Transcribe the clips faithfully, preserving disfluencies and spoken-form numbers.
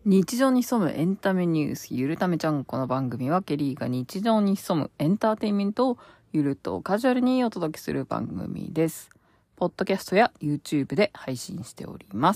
日常に潜むエンタメニュース、ゆるためちゃん。この番組はケリーが日常に潜むエンターテインメントをゆるとカジュアルにお届けする番組です。ポッドキャストや YouTube で配信しております。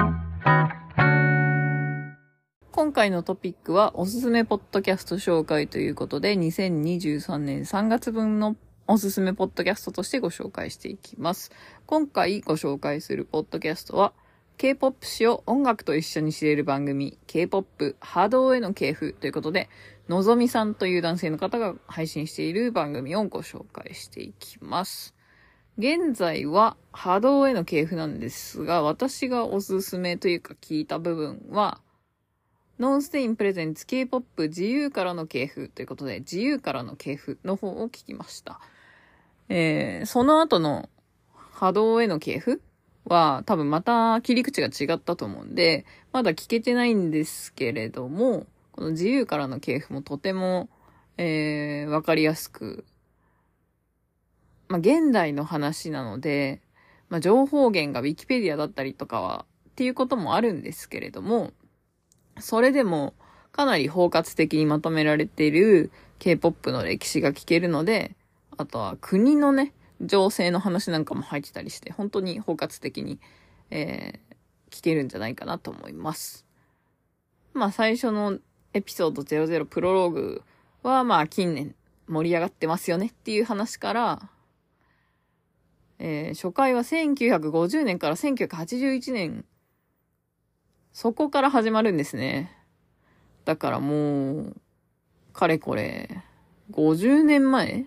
今回のトピックはおすすめポッドキャスト紹介ということで、にせんにじゅうさんねんさんがつぶんのおすすめポッドキャストとしてご紹介していきます。今回ご紹介するポッドキャストは、K-ポップ 史を音楽と一緒に知れる番組 K-ポップ 波動への系譜ということで、のぞみさんという男性の方が配信している番組をご紹介していきます。現在は波動への系譜なんですが、私がおすすめというか聞いた部分は、ノンステインプレゼンツ K-ポップ 自由からの系譜ということで、自由からの系譜の方を聞きました。えー、その後の波動への系譜は多分また切り口が違ったと思うんで、まだ聞けてないんですけれども、この自由からの系譜もとても、えー、わかりやすく、まあ、現代の話なので、まあ、情報源がウィキペディアだったりとかは、っていうこともあるんですけれども、それでもかなり包括的にまとめられている K-ポップ の歴史が聞けるので、あとは国のね、情勢の話なんかも入ってたりして、本当に包括的に、えー、聞けるんじゃないかなと思います。まあ最初のエピソードゼロゼロプロローグはまあ近年盛り上がってますよねっていう話から、えー、初回はせんきゅうひゃくごじゅうねんからせんきゅうひゃくはちじゅういちねん、そこから始まるんですね。だからもう、かれこれ、ごじゅうねんまえ ?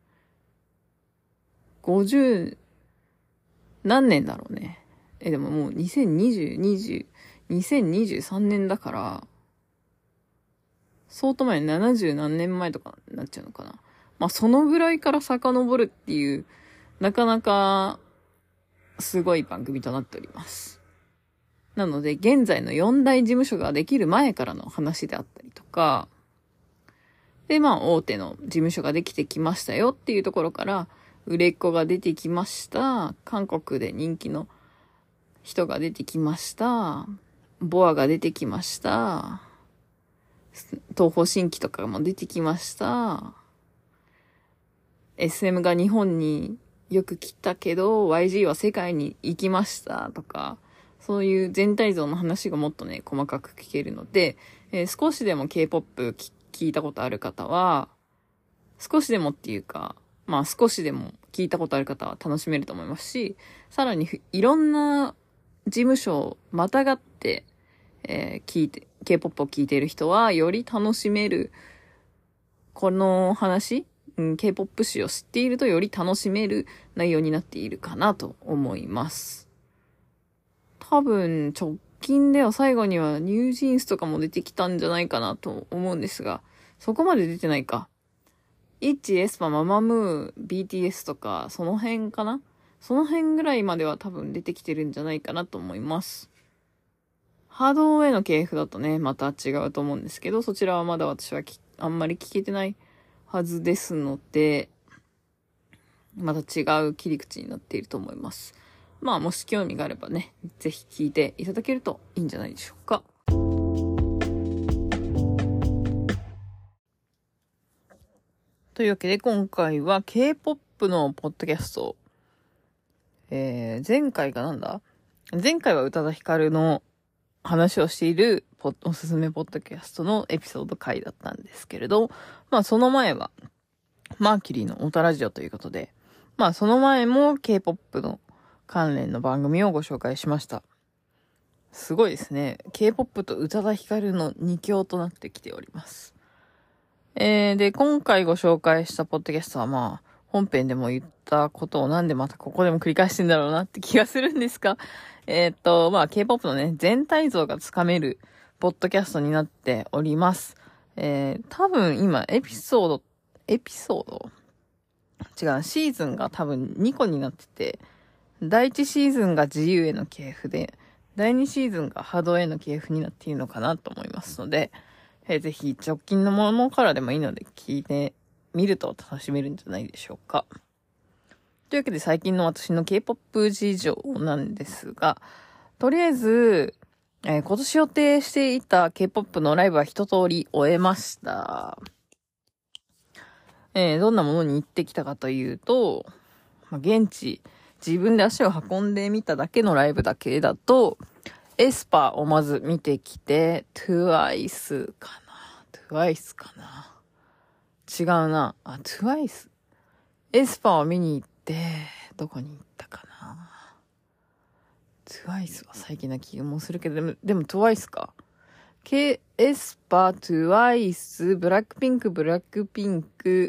ごじゅう、何年だろうね。え、でももうにせんにじゅう、にじゅう、にせんにじゅうさんねんだから、相当前、ななじゅう何年前とかになっちゃうのかな。まあそのぐらいから遡るっていう、なかなか、すごい番組となっております。なので、現在の四大事務所ができる前からの話であったりとか、で、まあ、大手の事務所ができてきましたよっていうところから、売れっ子が出てきました。韓国で人気の人が出てきました。ボアが出てきました。東方神起とかも出てきました。エスエム が日本によく来たけど、ワイジー は世界に行きましたとか、そういう全体像の話がもっとね、細かく聞けるので、えー、少しでも K-ポップ 聞いたことある方は、少しでもっていうか、まあ少しでも聞いたことある方は楽しめると思いますし、さらにいろんな事務所をまたがって、えー、聞いて、K-ポップ を聞いている人はより楽しめる、この話、うん、K-ポップ 史を知っているとより楽しめる内容になっているかなと思います。多分直近では最後にはニュージーンスとかも出てきたんじゃないかなと思うんですが、そこまで出てないか。イッチ、エスパ、ママムー、ビーティーエス とか、その辺かな？その辺ぐらいまでは多分出てきてるんじゃないかなと思います。波動への系譜だとね、また違うと思うんですけど、そちらはまだ私はあんまり聞けてないはずですので、また違う切り口になっていると思います。まあ、もし興味があればね、ぜひ聞いていただけるといいんじゃないでしょうか。というわけで今回は K-ポップ のポッドキャスト。えー、前回がなんだ前回は宇多田ヒカルの話をしているポッおすすめポッドキャストのエピソード回だったんですけれど、まあその前はマーキュリーのオタラジオということで、まあその前も K-ポップ の関連の番組をご紹介しました。すごいですね。K-ポップ と宇多田ヒカルの二強となってきております。えー、で、今回ご紹介したポッドキャストはまあ、本編でも言ったことをなんでまたここでも繰り返してんだろうなって気がするんですが、えー、っと、まあ、K-ポップ のね、全体像がつかめるポッドキャストになっております。えー、多分今、エピソード、エピソード違う、シーズンが多分にこになってて、だいいちシーズンが自由への系譜で、だいにシーズンが波動への系譜になっているのかなと思いますので、えー、ぜひ直近のものからでもいいので聞いてみると楽しめるんじゃないでしょうか。というわけで最近の私の K-ポップ 事情なんですが、とりあえずえー、今年予定していた K-ポップ のライブは一通り終えました。えー、どんなものに行ってきたかというと、まあ、現地、自分で足を運んでみただけのライブだけだと、エスパーをまず見てきて、トゥワイス かなトゥワイスかな違うな。あ、トゥワイス。エスパーを見に行って、どこに行ったかなトゥワイスは最近な気もするけど、でも、でもトゥワイスか。K、エスパー、トゥワイス、ブラックピンク、ブラックピンク、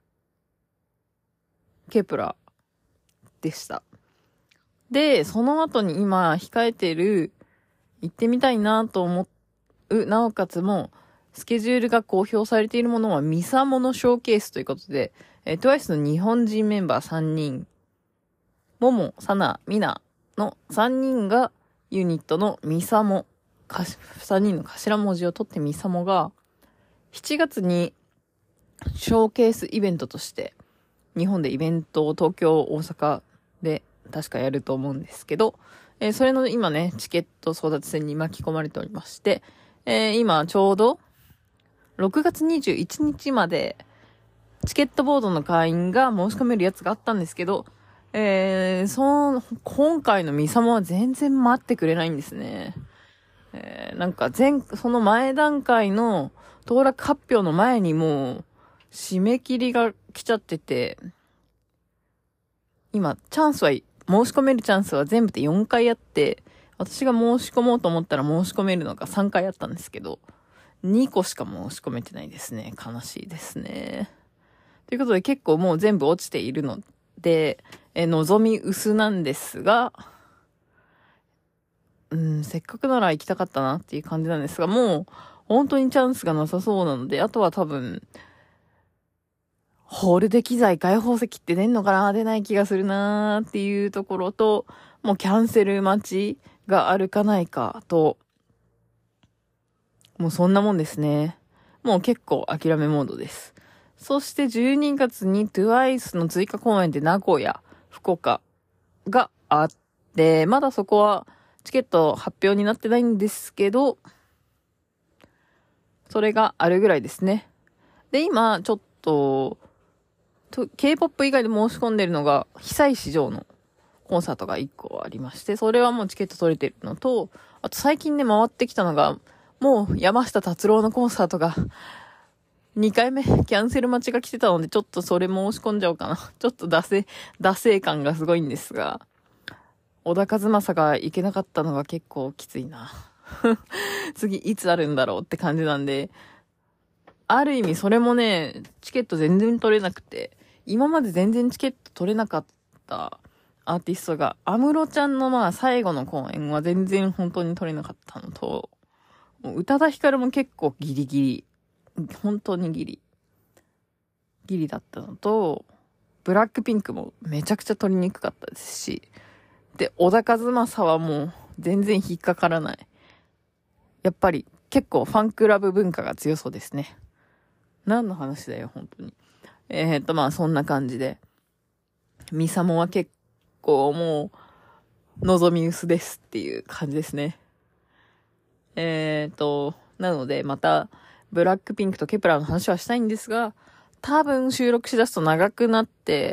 ケプラでした。で、その後に今控えてる、行ってみたいなと思う、なおかつも、スケジュールが公表されているものはミサモのショーケースということで、えー、トゥワイスの日本人メンバーさんにん、モモ、サナ、ミナのさんにんがユニットのミサモ、さんにんの頭文字を取ってミサモが、しちがつにショーケースイベントとして、日本でイベントを東京、大阪で確かやると思うんですけど、えー、それの今ね、チケット争奪戦に巻き込まれておりまして、えー、今ちょうどろくがつにじゅういちにちまでチケットボードの会員が申し込めるやつがあったんですけど、えー、その、今回のミサモは全然待ってくれないんですね。えー、なんか前、その前段階の当落発表の前にもう締め切りが来ちゃってて、今、チャンスは、申し込めるチャンスは全部でよんかいあって、私が申し込もうと思ったら申し込めるのがさんかいあったんですけど、にこしか申し込めてないですね。悲しいですね。ということで結構もう全部落ちているので、え、望み薄なんですが、うん、せっかくなら行きたかったなっていう感じなんですが、もう本当にチャンスがなさそうなので、あとは多分、ホールで機材開放席って出んのかな出ない気がするなーっていうところと、もうキャンセル待ちがあるかないかと、もうそんなもんですね。もう結構諦めモードです。そしてじゅうにがつに トゥワイス の追加公演で名古屋、福岡があって、まだそこはチケット発表になってないんですけど、それがあるぐらいですね。で、今ちょっと、K-ポップ 以外で申し込んでるのが、久石譲のコンサートがいっこありまして、それはもうチケット取れてるのと、あと最近ね回ってきたのが、もう山下達郎のコンサートが、にかいめキャンセル待ちが来てたので、ちょっとそれ申し込んじゃおうかな。ちょっと惰性、惰性感がすごいんですが、小田和正が行けなかったのが結構きついな。次いつあるんだろうって感じなんで、ある意味それもね、チケット全然取れなくて、今まで全然チケット取れなかったアーティストが、安室ちゃんのまあ最後の公演は全然本当に取れなかったのと、宇多田ヒカルも結構ギリギリ、本当にギリ、ギリだったのと、ブラックピンクもめちゃくちゃ取りにくかったですし、で、小田和正はもう全然引っかからない。やっぱり結構ファンクラブ文化が強そうですね。何の話だよ、本当に。えーっと、まあそんな感じで。ミサモは結構もう、望み薄ですっていう感じですね。えーっと、なのでまた、ブラックピンクとケプラーの話はしたいんですが、多分収録しだすと長くなって、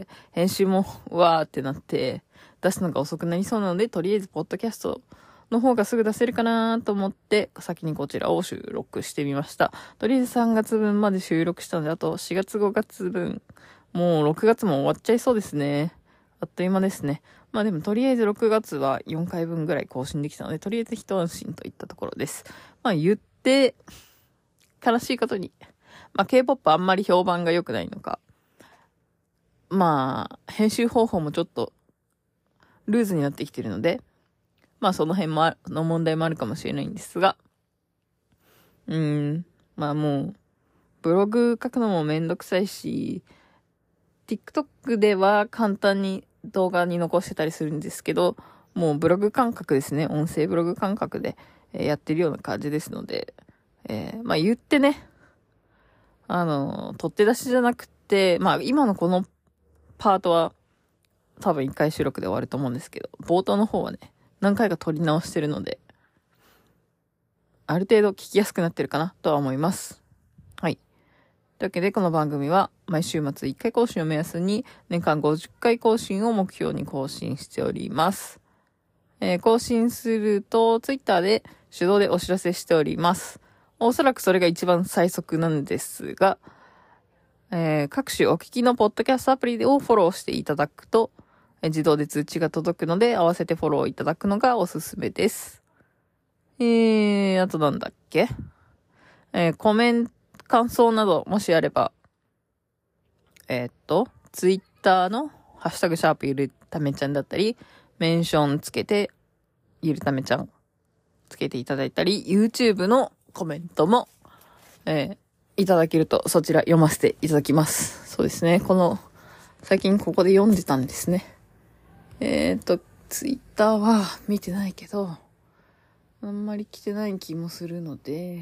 編集もわーってなって、出すのが遅くなりそうなので、とりあえずポッドキャストの方がすぐ出せるかなと思って、先にこちらを収録してみました。とりあえずさんがつぶんまで収録したので、あとしがつごがつぶん、もうろくがつも終わっちゃいそうですね。あっという間ですね。まあでもとりあえずろくがつはよんかいぶんぐらい更新できたので、とりあえず一安心といったところです。まあ言って、悲しいことに、まあ K-ポップ あんまり評判が良くないのか、まあ編集方法もちょっとルーズになってきてるので、まあその辺もあの問題もあるかもしれないんですが、うーん、まあもう、ブログ書くのもめんどくさいし、TikTok では簡単に動画に残してたりするんですけど、もうブログ感覚ですね。音声ブログ感覚でやってるような感じですので、えー、まあ言ってね、あの、取って出しじゃなくて、まあ今のこのパートは多分一回収録で終わると思うんですけど、冒頭の方はね、何回か撮り直してるので、 ある程度聞きやすくなってるかなとは思います。はい。というわけで、この番組は毎週末いっかい更新を目安に年間ごじゅっかい更新を目標に更新しております。えー、更新すると、ツイッターで手動でお知らせしております。おそらくそれが一番最速なんですが、えー、各種お聞きのポッドキャストアプリをフォローしていただくと、えー、自動で通知が届くので、合わせてフォローいただくのがおすすめです。えー、あとなんだっけえー、コメント、感想など、もしあれば、えー、っと、ツイッターのハッシュタグシャープゆるためちゃんだったり、メンションつけて、ゆるためちゃんつけていただいたり、YouTube のコメントも、えー、いただけるとそちら読ませていただきます。そうですね。この、最近ここで読んでたんですね。えー、っと、Twitter は見てないけど、あんまり来てない気もするので、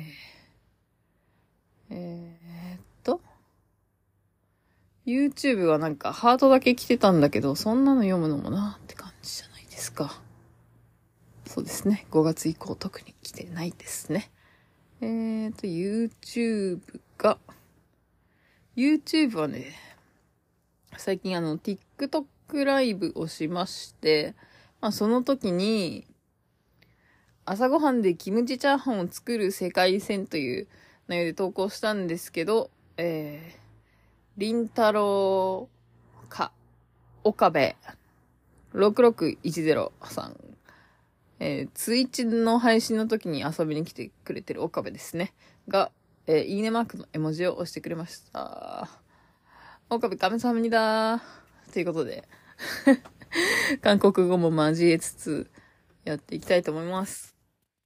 えー、っと、YouTube はなんかハートだけ来てたんだけど、そんなの読むのもなって感じじゃないですか。そうですね。ごがつ以降特に来てないですね。えーと、YouTube が、YouTube はね、最近あの、TikTok ライブをしまして、まあその時に、朝ごはんでキムチチャーハンを作る世界線という内容で投稿したんですけど、えー、りんたろうか、岡部ろくろくいちゼロさん、えー、ツイッチの配信の時に遊びに来てくれてる岡部ですね。が、えー、いいねマークの絵文字を押してくれました。岡部カメサハムニダー。ということで、韓国語も交えつつやっていきたいと思います。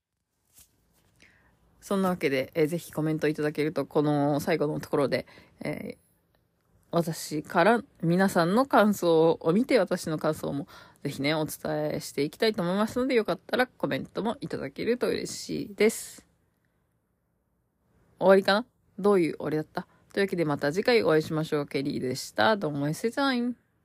そんなわけで、えー、ぜひコメントいただけると、この最後のところで、えー、私から皆さんの感想を見て、私の感想もぜひね、お伝えしていきたいと思いますので、よかったらコメントもいただけると嬉しいです。終わりかな？どういう終わりだった？というわけでまた次回お会いしましょう。ケリーでした。どうもエセタイム。